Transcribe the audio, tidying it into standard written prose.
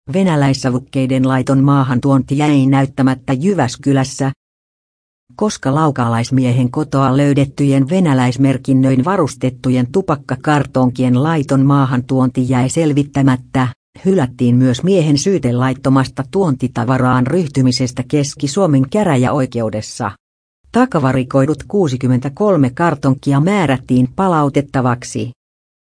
Venäläissavukkeiden laiton maahantuonti jäi näyttämättä Jyväskylässä, koska laukaalaismiehen kotoa löydettyjen venäläismerkinnöin varustettujen tupakkakartonkien laiton maahantuonti jäi selvittämättä. Hylättiin myös miehen syyte laittomasta tuontitavaraan ryhtymisestä Keski-Suomen käräjäoikeudessa. Takavarikoidut 63 kartonkia määrättiin palautettavaksi.